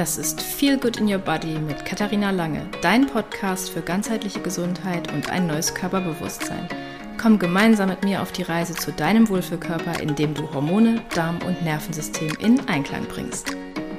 Das ist Feel Good in Your Body mit Katharina Lange, dein Podcast für ganzheitliche Gesundheit und ein neues Körperbewusstsein. Komm gemeinsam mit mir auf die Reise zu deinem Wohlfühlkörper, indem du Hormone, Darm- und Nervensystem in Einklang bringst.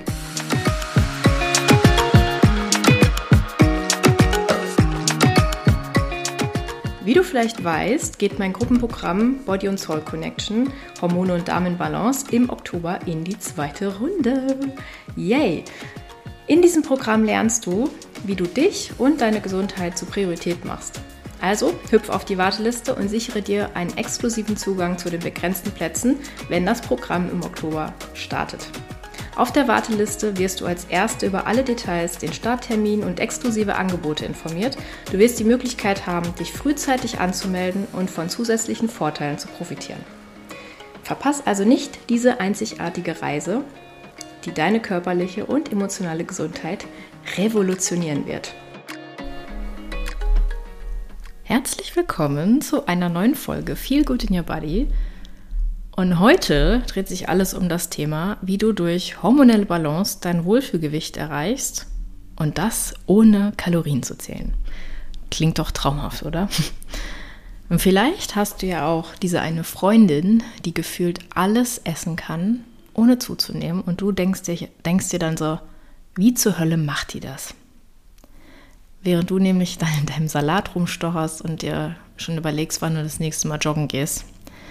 Wie du vielleicht weißt, geht mein Gruppenprogramm Body and Soul Connection, Hormone und Darm in Balance im Oktober in die 2. Runde. Yay! In diesem Programm lernst du, wie du dich und deine Gesundheit zur Priorität machst. Also hüpf auf die Warteliste und sichere dir einen exklusiven Zugang zu den begrenzten Plätzen, wenn das Programm im Oktober startet. Auf der Warteliste wirst du als Erste über alle Details, den Starttermin und exklusive Angebote informiert. Du wirst die Möglichkeit haben, dich frühzeitig anzumelden und von zusätzlichen Vorteilen zu profitieren. Verpass also nicht diese einzigartige Reise, die deine körperliche und emotionale Gesundheit revolutionieren wird. Herzlich willkommen zu einer neuen Folge Feel Good in Your Body. Und heute dreht sich alles um das Thema, wie du durch hormonelle Balance dein Wohlfühlgewicht erreichst und das ohne Kalorien zu zählen. Klingt doch traumhaft, oder? Und vielleicht hast du ja auch diese eine Freundin, die gefühlt alles essen kann, ohne zuzunehmen. Und du denkst dir dann so, wie zur Hölle macht die das? Während du nämlich dann in deinem Salat rumstocherst und dir schon überlegst, wann du das nächste Mal joggen gehst.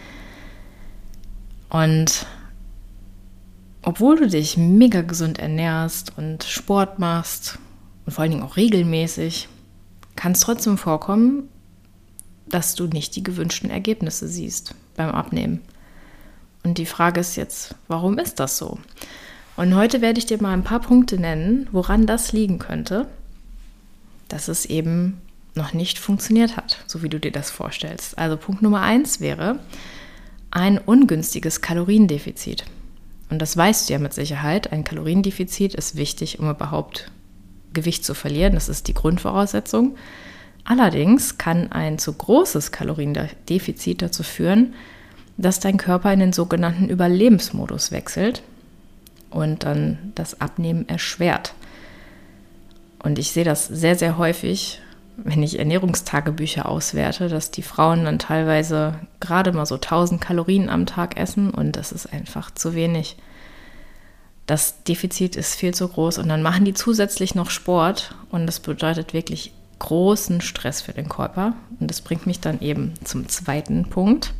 Und obwohl du dich mega gesund ernährst und Sport machst und vor allen Dingen auch regelmäßig, kann es trotzdem vorkommen, dass du nicht die gewünschten Ergebnisse siehst beim Abnehmen. Und die Frage ist jetzt, warum ist das so? Und heute werde ich dir mal ein paar Punkte nennen, woran das liegen könnte, dass es eben noch nicht funktioniert hat, so wie du dir das vorstellst. Also Punkt Nummer 1 wäre ein ungünstiges Kaloriendefizit. Und das weißt du ja mit Sicherheit. Ein Kaloriendefizit ist wichtig, um überhaupt Gewicht zu verlieren. Das ist die Grundvoraussetzung. Allerdings kann ein zu großes Kaloriendefizit dazu führen, dass dein Körper in den sogenannten Überlebensmodus wechselt und dann das Abnehmen erschwert. Und ich sehe das sehr, sehr häufig, wenn ich Ernährungstagebücher auswerte, dass die Frauen dann teilweise gerade mal so 1000 Kalorien am Tag essen und das ist einfach zu wenig. Das Defizit ist viel zu groß und dann machen die zusätzlich noch Sport und das bedeutet wirklich großen Stress für den Körper. Und das bringt mich dann eben zum zweiten Punkt.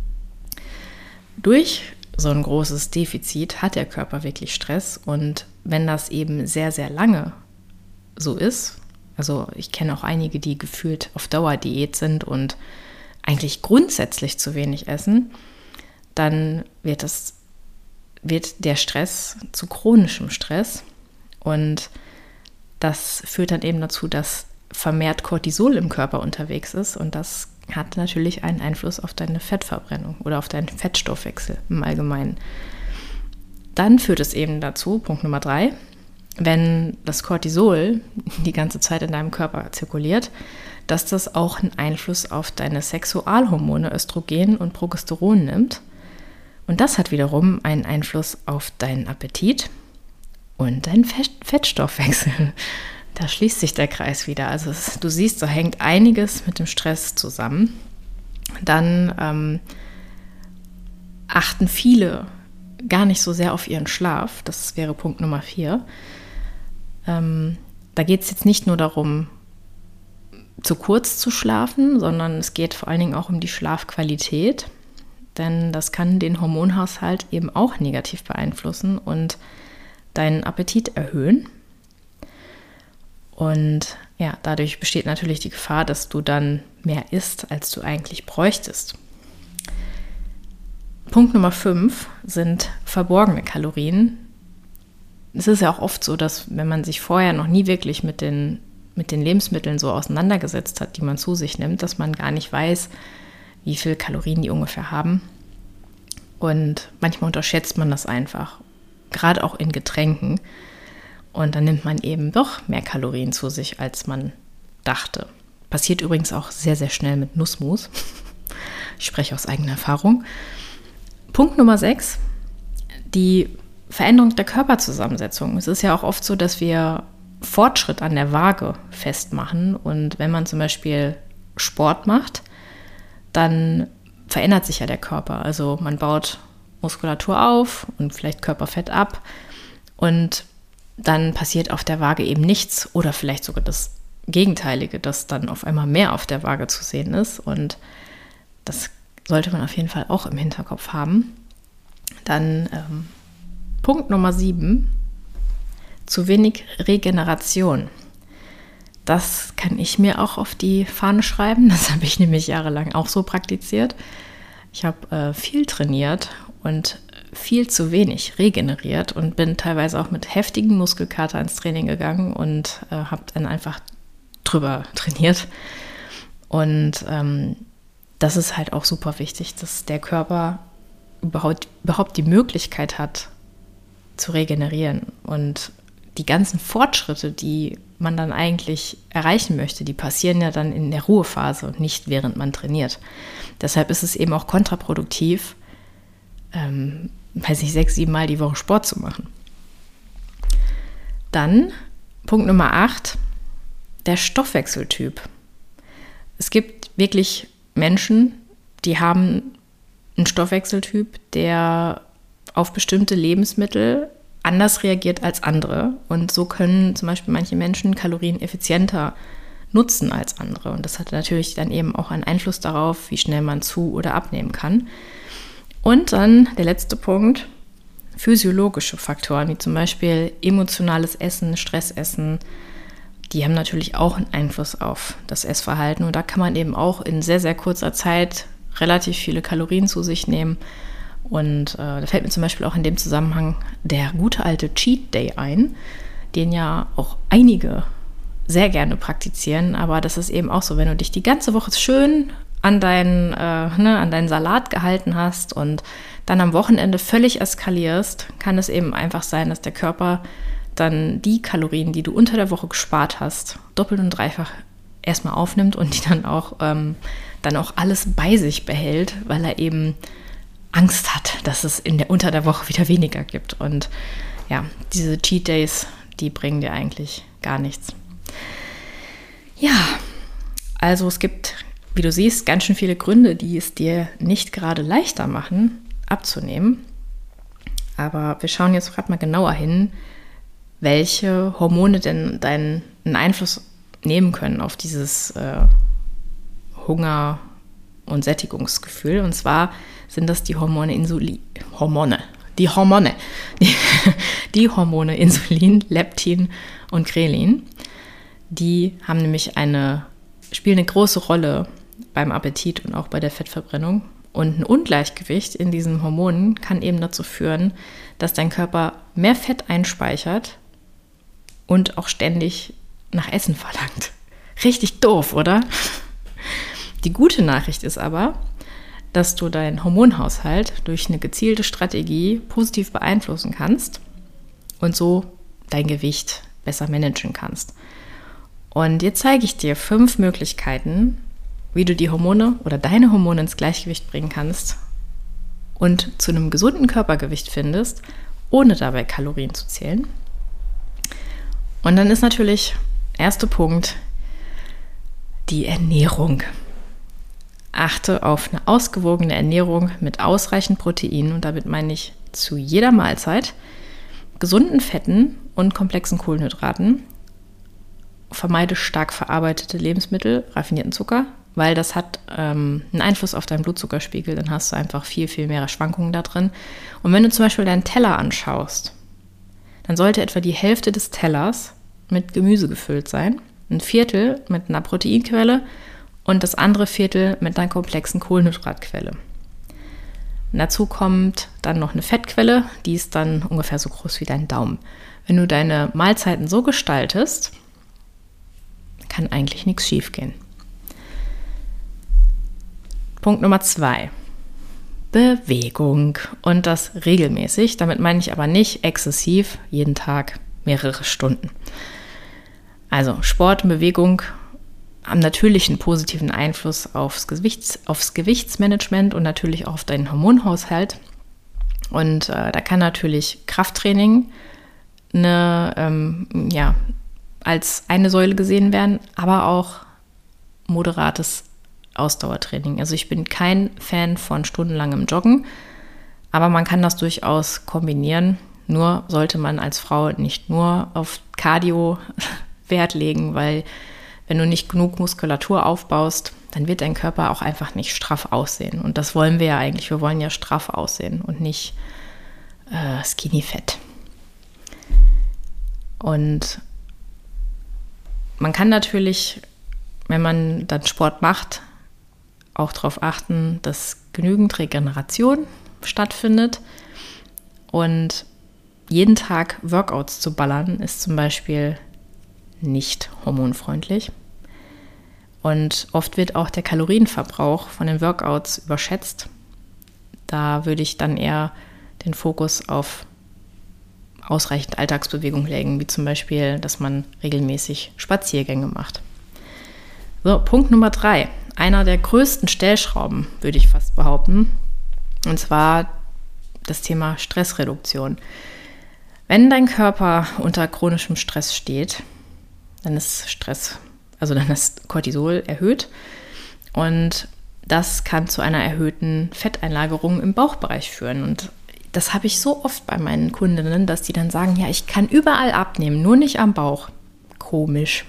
Durch so ein großes Defizit hat der Körper wirklich Stress und wenn das eben sehr, sehr lange so ist, also ich kenne auch einige, die gefühlt auf Dauerdiät sind und eigentlich grundsätzlich zu wenig essen, dann wird der Stress zu chronischem Stress und das führt dann eben dazu, dass vermehrt Cortisol im Körper unterwegs ist und das hat natürlich einen Einfluss auf deine Fettverbrennung oder auf deinen Fettstoffwechsel im Allgemeinen. Dann führt es eben dazu, Punkt Nummer 3, wenn das Cortisol die ganze Zeit in deinem Körper zirkuliert, dass das auch einen Einfluss auf deine Sexualhormone Östrogen und Progesteron nimmt. Und das hat wiederum einen Einfluss auf deinen Appetit und deinen Fettstoffwechsel. Da schließt sich der Kreis wieder. Also du siehst, da hängt einiges mit dem Stress zusammen. Dann achten viele gar nicht so sehr auf ihren Schlaf. Das wäre Punkt Nummer 4. Da geht es jetzt nicht nur darum, zu kurz zu schlafen, sondern es geht vor allen Dingen auch um die Schlafqualität. Denn das kann den Hormonhaushalt eben auch negativ beeinflussen und deinen Appetit erhöhen. Und ja, dadurch besteht natürlich die Gefahr, dass du dann mehr isst, als du eigentlich bräuchtest. Punkt Nummer 5 sind verborgene Kalorien. Es ist ja auch oft so, dass wenn man sich vorher noch nie wirklich mit den Lebensmitteln so auseinandergesetzt hat, die man zu sich nimmt, dass man gar nicht weiß, wie viel Kalorien die ungefähr haben. Und manchmal unterschätzt man das einfach, gerade auch in Getränken. Und dann nimmt man eben doch mehr Kalorien zu sich, als man dachte. Passiert übrigens auch sehr, sehr schnell mit Nussmus. Ich spreche aus eigener Erfahrung. Punkt Nummer 6, die Veränderung der Körperzusammensetzung. Es ist ja auch oft so, dass wir Fortschritt an der Waage festmachen. Und wenn man zum Beispiel Sport macht, dann verändert sich ja der Körper. Also man baut Muskulatur auf und vielleicht Körperfett ab. Und dann passiert auf der Waage eben nichts oder vielleicht sogar das Gegenteilige, dass dann auf einmal mehr auf der Waage zu sehen ist. Und das sollte man auf jeden Fall auch im Hinterkopf haben. Dann Punkt Nummer 7, zu wenig Regeneration. Das kann ich mir auch auf die Fahne schreiben. Das habe ich nämlich jahrelang auch so praktiziert. Ich habe viel trainiert und viel zu wenig regeneriert und bin teilweise auch mit heftigen Muskelkater ins Training gegangen und habe dann einfach drüber trainiert. Und das ist halt auch super wichtig, dass der Körper überhaupt die Möglichkeit hat, zu regenerieren. Und die ganzen Fortschritte, die man dann eigentlich erreichen möchte, die passieren ja dann in der Ruhephase und nicht während man trainiert. Deshalb ist es eben auch kontraproduktiv, 6, 7 Mal die Woche Sport zu machen. Dann Punkt Nummer 8, der Stoffwechseltyp. Es gibt wirklich Menschen, die haben einen Stoffwechseltyp, der auf bestimmte Lebensmittel anders reagiert als andere. Und so können zum Beispiel manche Menschen Kalorien effizienter nutzen als andere. Und das hat natürlich dann eben auch einen Einfluss darauf, wie schnell man zu- oder abnehmen kann. Und dann der letzte Punkt, physiologische Faktoren, wie zum Beispiel emotionales Essen, Stressessen, die haben natürlich auch einen Einfluss auf das Essverhalten. Und da kann man eben auch in sehr, sehr kurzer Zeit relativ viele Kalorien zu sich nehmen. Und da fällt mir zum Beispiel auch in dem Zusammenhang der gute alte Cheat Day ein, den ja auch einige sehr gerne praktizieren. Aber das ist eben auch so, wenn du dich die ganze Woche schön an deinen Salat gehalten hast und dann am Wochenende völlig eskalierst, kann es eben einfach sein, dass der Körper dann die Kalorien, die du unter der Woche gespart hast, doppelt und dreifach erstmal aufnimmt und die dann auch alles bei sich behält, weil er eben Angst hat, dass es unter der Woche wieder weniger gibt. Und ja, diese Cheat Days, die bringen dir eigentlich gar nichts. Ja, also es gibt, wie du siehst, ganz schön viele Gründe, die es dir nicht gerade leichter machen, abzunehmen. Aber wir schauen jetzt gerade mal genauer hin, welche Hormone denn einen Einfluss nehmen können auf dieses Hunger- und Sättigungsgefühl. Und zwar sind das die Hormone Insulin, Leptin und Grelin. Die haben nämlich spielen eine große Rolle beim Appetit und auch bei der Fettverbrennung. Und ein Ungleichgewicht in diesen Hormonen kann eben dazu führen, dass dein Körper mehr Fett einspeichert und auch ständig nach Essen verlangt. Richtig doof, oder? Die gute Nachricht ist aber, dass du deinen Hormonhaushalt durch eine gezielte Strategie positiv beeinflussen kannst und so dein Gewicht besser managen kannst. Und jetzt zeige ich dir 5 Möglichkeiten, wie du die Hormone oder deine Hormone ins Gleichgewicht bringen kannst und zu einem gesunden Körpergewicht findest, ohne dabei Kalorien zu zählen. Und dann ist natürlich der erste Punkt die Ernährung. Achte auf eine ausgewogene Ernährung mit ausreichend Protein und damit meine ich zu jeder Mahlzeit, gesunden Fetten und komplexen Kohlenhydraten. Vermeide stark verarbeitete Lebensmittel, raffinierten Zucker, weil das hat einen Einfluss auf deinen Blutzuckerspiegel. Dann hast du einfach viel, viel mehr Schwankungen da drin. Und wenn du zum Beispiel deinen Teller anschaust, dann sollte etwa die Hälfte des Tellers mit Gemüse gefüllt sein, ein Viertel mit einer Proteinquelle und das andere Viertel mit einer komplexen Kohlenhydratquelle. Und dazu kommt dann noch eine Fettquelle, die ist dann ungefähr so groß wie dein Daumen. Wenn du deine Mahlzeiten so gestaltest, kann eigentlich nichts schiefgehen. Punkt Nummer 2. Bewegung. Und das regelmäßig. Damit meine ich aber nicht exzessiv, jeden Tag mehrere Stunden. Also Sport und Bewegung haben natürlich einen positiven Einfluss aufs Gewichtsmanagement und natürlich auch auf deinen Hormonhaushalt. Und da kann natürlich Krafttraining als eine Säule gesehen werden, aber auch moderates Ausdauertraining. Also ich bin kein Fan von stundenlangem Joggen, aber man kann das durchaus kombinieren. Nur sollte man als Frau nicht nur auf Cardio Wert legen, weil wenn du nicht genug Muskulatur aufbaust, dann wird dein Körper auch einfach nicht straff aussehen. Und das wollen wir ja eigentlich. Wir wollen ja straff aussehen und nicht skinny fett. Und man kann natürlich, wenn man dann Sport macht, auch darauf achten, dass genügend Regeneration stattfindet. Und jeden Tag Workouts zu ballern, ist zum Beispiel nicht hormonfreundlich. Und oft wird auch der Kalorienverbrauch von den Workouts überschätzt. Da würde ich dann eher den Fokus auf ausreichend Alltagsbewegung legen, wie zum Beispiel, dass man regelmäßig Spaziergänge macht. So, Punkt Nummer 3. Einer der größten Stellschrauben, würde ich fast behaupten. Und zwar das Thema Stressreduktion. Wenn dein Körper unter chronischem Stress steht, dann ist dann ist Cortisol erhöht und das kann zu einer erhöhten Fetteinlagerung im Bauchbereich führen. Und das habe ich so oft bei meinen Kundinnen, dass die dann sagen, ja, ich kann überall abnehmen, nur nicht am Bauch. Komisch.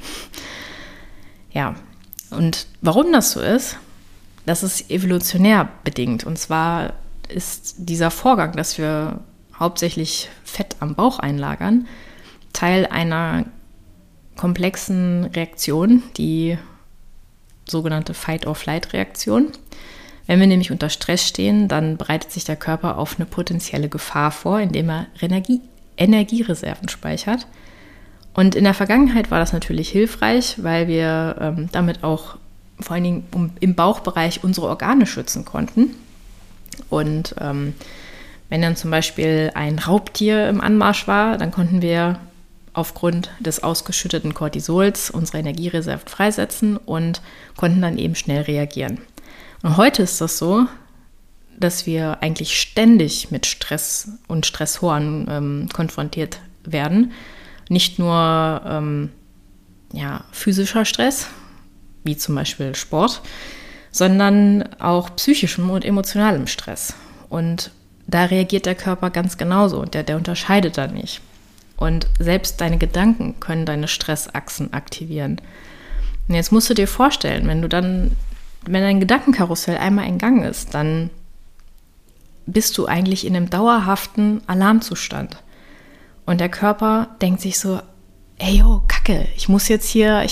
Ja, und warum das so ist, das ist evolutionär bedingt. Und zwar ist dieser Vorgang, dass wir hauptsächlich Fett am Bauch einlagern, Teil einer komplexen Reaktion, die sogenannte Fight-or-Flight-Reaktion. Wenn wir nämlich unter Stress stehen, dann bereitet sich der Körper auf eine potenzielle Gefahr vor, indem er Energiereserven speichert. Und in der Vergangenheit war das natürlich hilfreich, weil wir damit auch vor allen Dingen im Bauchbereich unsere Organe schützen konnten. Und wenn dann zum Beispiel ein Raubtier im Anmarsch war, dann konnten wir aufgrund des ausgeschütteten Cortisols unsere Energiereserven freisetzen und konnten dann eben schnell reagieren. Und heute ist das so, dass wir eigentlich ständig mit Stress und Stressoren konfrontiert werden. Nicht nur physischer Stress, wie zum Beispiel Sport, sondern auch psychischem und emotionalem Stress. Und da reagiert der Körper ganz genauso und der unterscheidet da nicht. Und selbst deine Gedanken können deine Stressachsen aktivieren. Und jetzt musst du dir vorstellen, wenn dein Gedankenkarussell einmal in Gang ist, dann bist du eigentlich in einem dauerhaften Alarmzustand. Und der Körper denkt sich so, ey, yo, Kacke, ich muss jetzt hier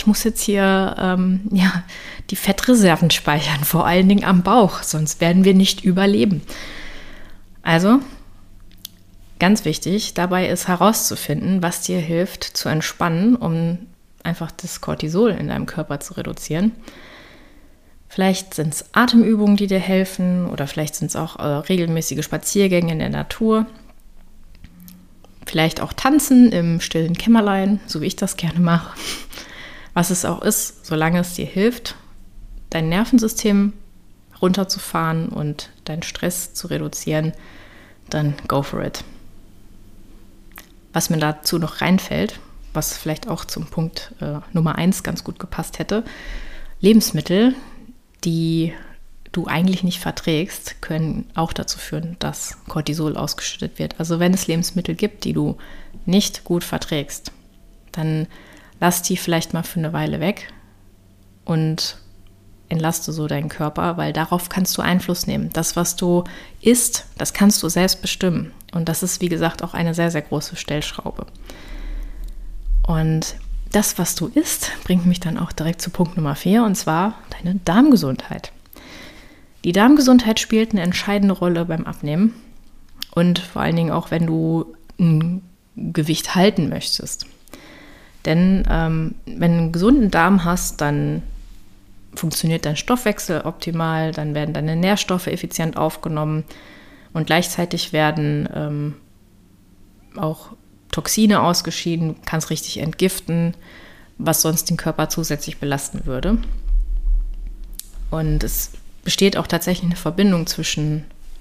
die Fettreserven speichern, vor allen Dingen am Bauch, sonst werden wir nicht überleben. Also, ganz wichtig, dabei ist herauszufinden, was dir hilft zu entspannen, um einfach das Cortisol in deinem Körper zu reduzieren. Vielleicht sind es Atemübungen, die dir helfen, oder vielleicht sind es auch regelmäßige Spaziergänge in der Natur. Vielleicht auch Tanzen im stillen Kämmerlein, so wie ich das gerne mache. Was es auch ist, solange es dir hilft, dein Nervensystem runterzufahren und deinen Stress zu reduzieren, dann go for it. Was mir dazu noch reinfällt, was vielleicht auch zum Punkt Nummer 1 ganz gut gepasst hätte, Lebensmittel, die du eigentlich nicht verträgst, können auch dazu führen, dass Cortisol ausgeschüttet wird. Also wenn es Lebensmittel gibt, die du nicht gut verträgst, dann lass die vielleicht mal für eine Weile weg und entlaste so deinen Körper, weil darauf kannst du Einfluss nehmen. Das, was du isst, das kannst du selbst bestimmen. Und das ist, wie gesagt, auch eine sehr, sehr große Stellschraube. Und das, was du isst, bringt mich dann auch direkt zu Punkt Nummer 4, und zwar deine Darmgesundheit. Die Darmgesundheit spielt eine entscheidende Rolle beim Abnehmen und vor allen Dingen auch, wenn du ein Gewicht halten möchtest. Denn wenn du einen gesunden Darm hast, dann funktioniert dein Stoffwechsel optimal, dann werden deine Nährstoffe effizient aufgenommen und gleichzeitig werden auch Toxine ausgeschieden, du kannst richtig entgiften, was sonst den Körper zusätzlich belasten würde. Und es besteht auch tatsächlich eine Verbindung zwischen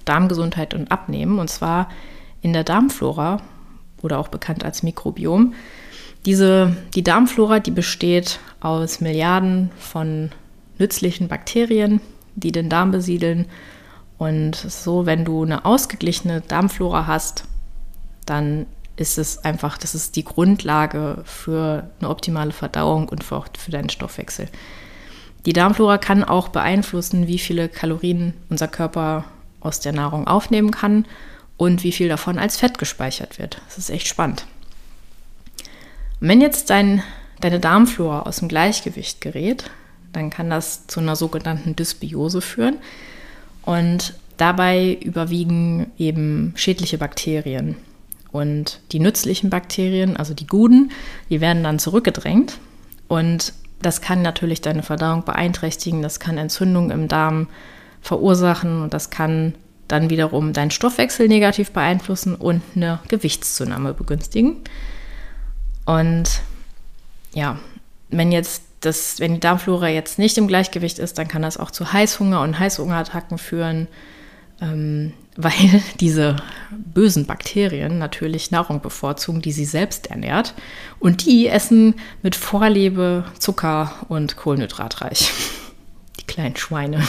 Darmgesundheit und Abnehmen, und zwar in der Darmflora oder auch bekannt als Mikrobiom. Die Darmflora, die besteht aus Milliarden von nützlichen Bakterien, die den Darm besiedeln. Und so, wenn du eine ausgeglichene Darmflora hast, dann ist es einfach, das ist die Grundlage für eine optimale Verdauung und für deinen Stoffwechsel. Die Darmflora kann auch beeinflussen, wie viele Kalorien unser Körper aus der Nahrung aufnehmen kann und wie viel davon als Fett gespeichert wird. Das ist echt spannend. Und wenn jetzt deine Darmflora aus dem Gleichgewicht gerät, dann kann das zu einer sogenannten Dysbiose führen. Und dabei überwiegen eben schädliche Bakterien. Und die nützlichen Bakterien, also die guten, die werden dann zurückgedrängt. Und das kann natürlich deine Verdauung beeinträchtigen, das kann Entzündungen im Darm verursachen und das kann dann wiederum deinen Stoffwechsel negativ beeinflussen und eine Gewichtszunahme begünstigen. Und ja, wenn die Darmflora jetzt nicht im Gleichgewicht ist, dann kann das auch zu Heißhunger und Heißhungerattacken führen, weil diese bösen Bakterien natürlich Nahrung bevorzugen, die sie selbst ernährt. Und die essen mit Vorliebe Zucker und kohlenhydratreich. Die kleinen Schweine.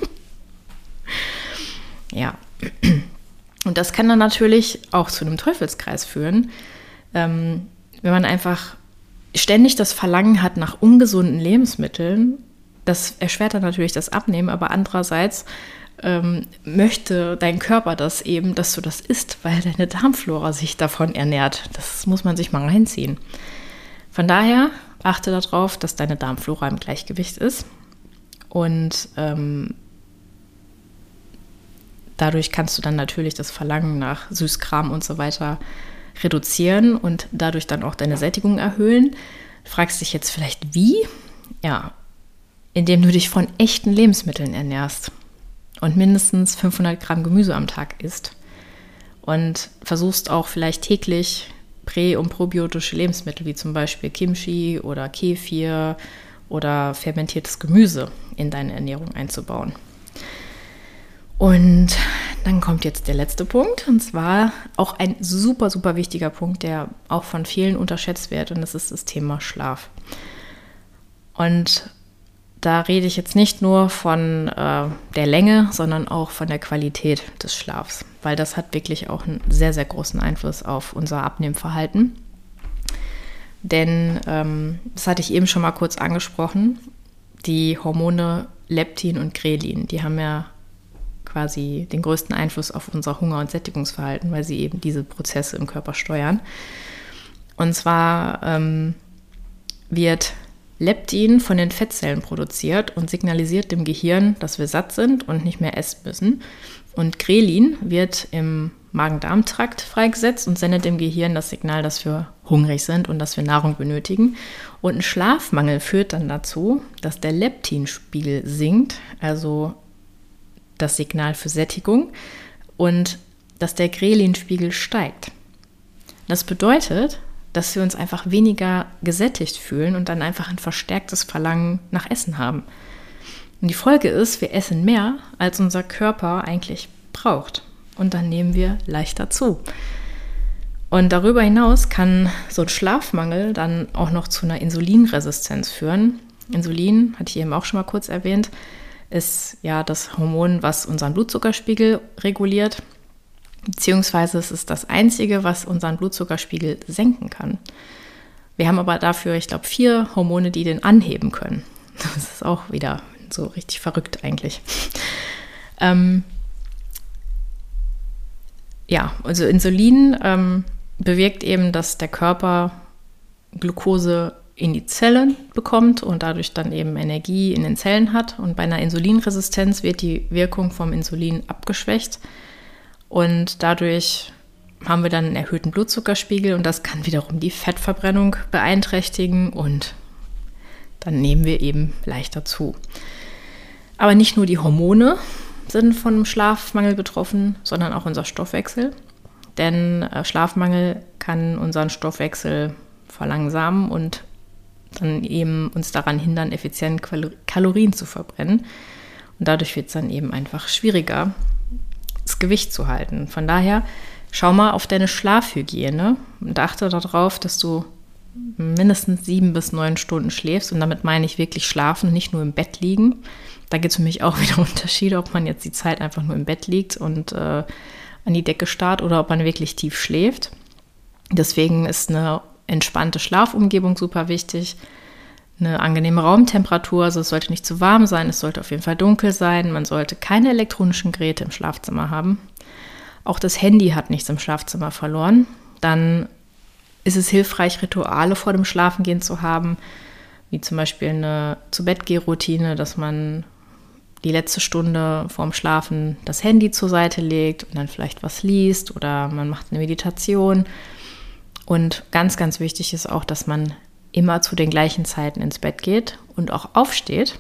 Ja. Und das kann dann natürlich auch zu einem Teufelskreis führen, wenn man einfach ständig das Verlangen hat nach ungesunden Lebensmitteln. Das erschwert dann natürlich das Abnehmen, aber andererseits möchte dein Körper das eben, dass du das isst, weil deine Darmflora sich davon ernährt. Das muss man sich mal reinziehen. Von daher achte darauf, dass deine Darmflora im Gleichgewicht ist und dadurch kannst du dann natürlich das Verlangen nach Süßkram und so weiter reduzieren und dadurch dann auch deine Sättigung erhöhen. Du fragst dich jetzt vielleicht, wie? Ja, indem du dich von echten Lebensmitteln ernährst und mindestens 500 Gramm Gemüse am Tag isst und versuchst auch vielleicht täglich prä- und probiotische Lebensmittel wie zum Beispiel Kimchi oder Kefir oder fermentiertes Gemüse in deine Ernährung einzubauen. Und dann kommt jetzt der letzte Punkt, und zwar auch ein super, super wichtiger Punkt, der auch von vielen unterschätzt wird, und das ist das Thema Schlaf. Und da rede ich jetzt nicht nur von der Länge, sondern auch von der Qualität des Schlafs, weil das hat wirklich auch einen sehr, sehr großen Einfluss auf unser Abnehmverhalten. Denn, das hatte ich eben schon mal kurz angesprochen, die Hormone Leptin und Grelin, die haben ja quasi den größten Einfluss auf unser Hunger- und Sättigungsverhalten, weil sie eben diese Prozesse im Körper steuern. Und zwar wird Leptin von den Fettzellen produziert und signalisiert dem Gehirn, dass wir satt sind und nicht mehr essen müssen. Und Grelin wird im Magen-Darm-Trakt freigesetzt und sendet dem Gehirn das Signal, dass wir hungrig sind und dass wir Nahrung benötigen. Und ein Schlafmangel führt dann dazu, dass der Leptinspiegel sinkt, also das Signal für Sättigung, und dass der Grelin-Spiegel steigt. Das bedeutet, dass wir uns einfach weniger gesättigt fühlen und dann einfach ein verstärktes Verlangen nach Essen haben. Und die Folge ist, wir essen mehr, als unser Körper eigentlich braucht. Und dann nehmen wir leichter zu. Und darüber hinaus kann so ein Schlafmangel dann auch noch zu einer Insulinresistenz führen. Insulin, hatte ich eben auch schon mal kurz erwähnt, ist ja das Hormon, was unseren Blutzuckerspiegel reguliert. Beziehungsweise es ist das Einzige, was unseren Blutzuckerspiegel senken kann. Wir haben aber dafür, ich glaube, 4 Hormone, die den anheben können. Das ist auch wieder so richtig verrückt eigentlich. Ja, also Insulin bewirkt eben, dass der Körper Glucose in die Zellen bekommt und dadurch dann eben Energie in den Zellen hat. Und bei einer Insulinresistenz wird die Wirkung vom Insulin abgeschwächt. Und dadurch haben wir dann einen erhöhten Blutzuckerspiegel und das kann wiederum die Fettverbrennung beeinträchtigen und dann nehmen wir eben leichter zu. Aber nicht nur die Hormone sind von Schlafmangel betroffen, sondern auch unser Stoffwechsel. Denn Schlafmangel kann unseren Stoffwechsel verlangsamen und dann eben uns daran hindern, effizient Kalorien zu verbrennen. Und dadurch wird es dann eben einfach schwieriger, das Gewicht zu halten. Von daher schau mal auf deine Schlafhygiene und achte darauf, dass du mindestens 7 bis 9 Stunden schläfst. Und damit meine ich wirklich schlafen, nicht nur im Bett liegen. Da gibt es für mich auch wieder Unterschiede, ob man jetzt die Zeit einfach nur im Bett liegt und an die Decke starrt oder ob man wirklich tief schläft. Deswegen ist eine entspannte Schlafumgebung super wichtig. Eine angenehme Raumtemperatur, also es sollte nicht zu warm sein, es sollte auf jeden Fall dunkel sein. Man sollte keine elektronischen Geräte im Schlafzimmer haben. Auch das Handy hat nichts im Schlafzimmer verloren. Dann ist es hilfreich, Rituale vor dem Schlafengehen zu haben, wie zum Beispiel eine Zu-Bett-Geh-Routine, dass man die letzte Stunde vorm Schlafen das Handy zur Seite legt und dann vielleicht was liest oder man macht eine Meditation. Und ganz, ganz wichtig ist auch, dass man immer zu den gleichen Zeiten ins Bett geht und auch aufsteht.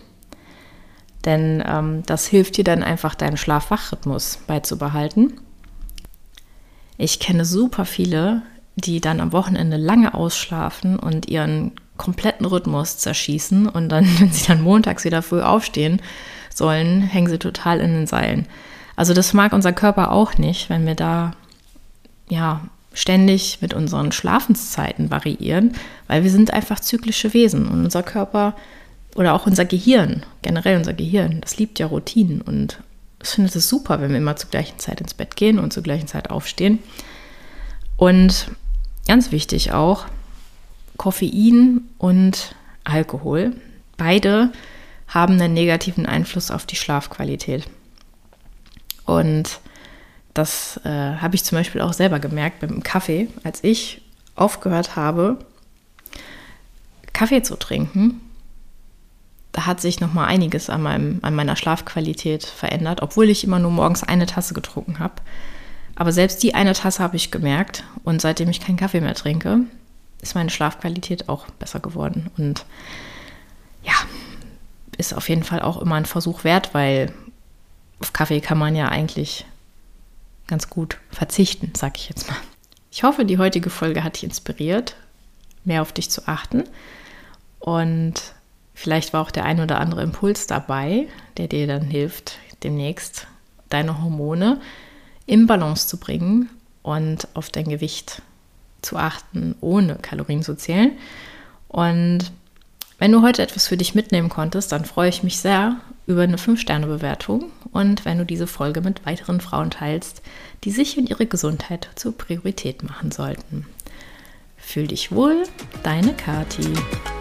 Denn das hilft dir dann einfach, deinen Schlaf-Wach-Rhythmus beizubehalten. Ich kenne super viele, die dann am Wochenende lange ausschlafen und ihren kompletten Rhythmus zerschießen und dann, wenn sie dann montags wieder früh aufstehen sollen, hängen sie total in den Seilen. Also das mag unser Körper auch nicht, wenn wir da ständig mit unseren Schlafenszeiten variieren, weil wir sind einfach zyklische Wesen und unser Körper oder auch unser Gehirn, generell unser Gehirn, das liebt ja Routinen und es findet es super, wenn wir immer zur gleichen Zeit ins Bett gehen und zur gleichen Zeit aufstehen. Und ganz wichtig auch, Koffein und Alkohol, beide haben einen negativen Einfluss auf die Schlafqualität. Und das habe ich zum Beispiel auch selber gemerkt beim Kaffee, als ich aufgehört habe, Kaffee zu trinken. Da hat sich nochmal einiges an meiner Schlafqualität verändert, obwohl ich immer nur morgens eine Tasse getrunken habe. Aber selbst die eine Tasse habe ich gemerkt und seitdem ich keinen Kaffee mehr trinke, ist meine Schlafqualität auch besser geworden. Und ja, ist auf jeden Fall auch immer ein Versuch wert, weil auf Kaffee kann man ja eigentlich ganz gut verzichten, sag ich jetzt mal. Ich hoffe, die heutige Folge hat dich inspiriert, mehr auf dich zu achten. Und vielleicht war auch der ein oder andere Impuls dabei, der dir dann hilft, demnächst deine Hormone in Balance zu bringen und auf dein Gewicht zu achten, ohne Kalorien zu zählen. Und wenn du heute etwas für dich mitnehmen konntest, dann freue ich mich sehr über eine 5-Sterne-Bewertung und wenn du diese Folge mit weiteren Frauen teilst, die sich und ihre Gesundheit zur Priorität machen sollten. Fühl dich wohl, deine Kathi.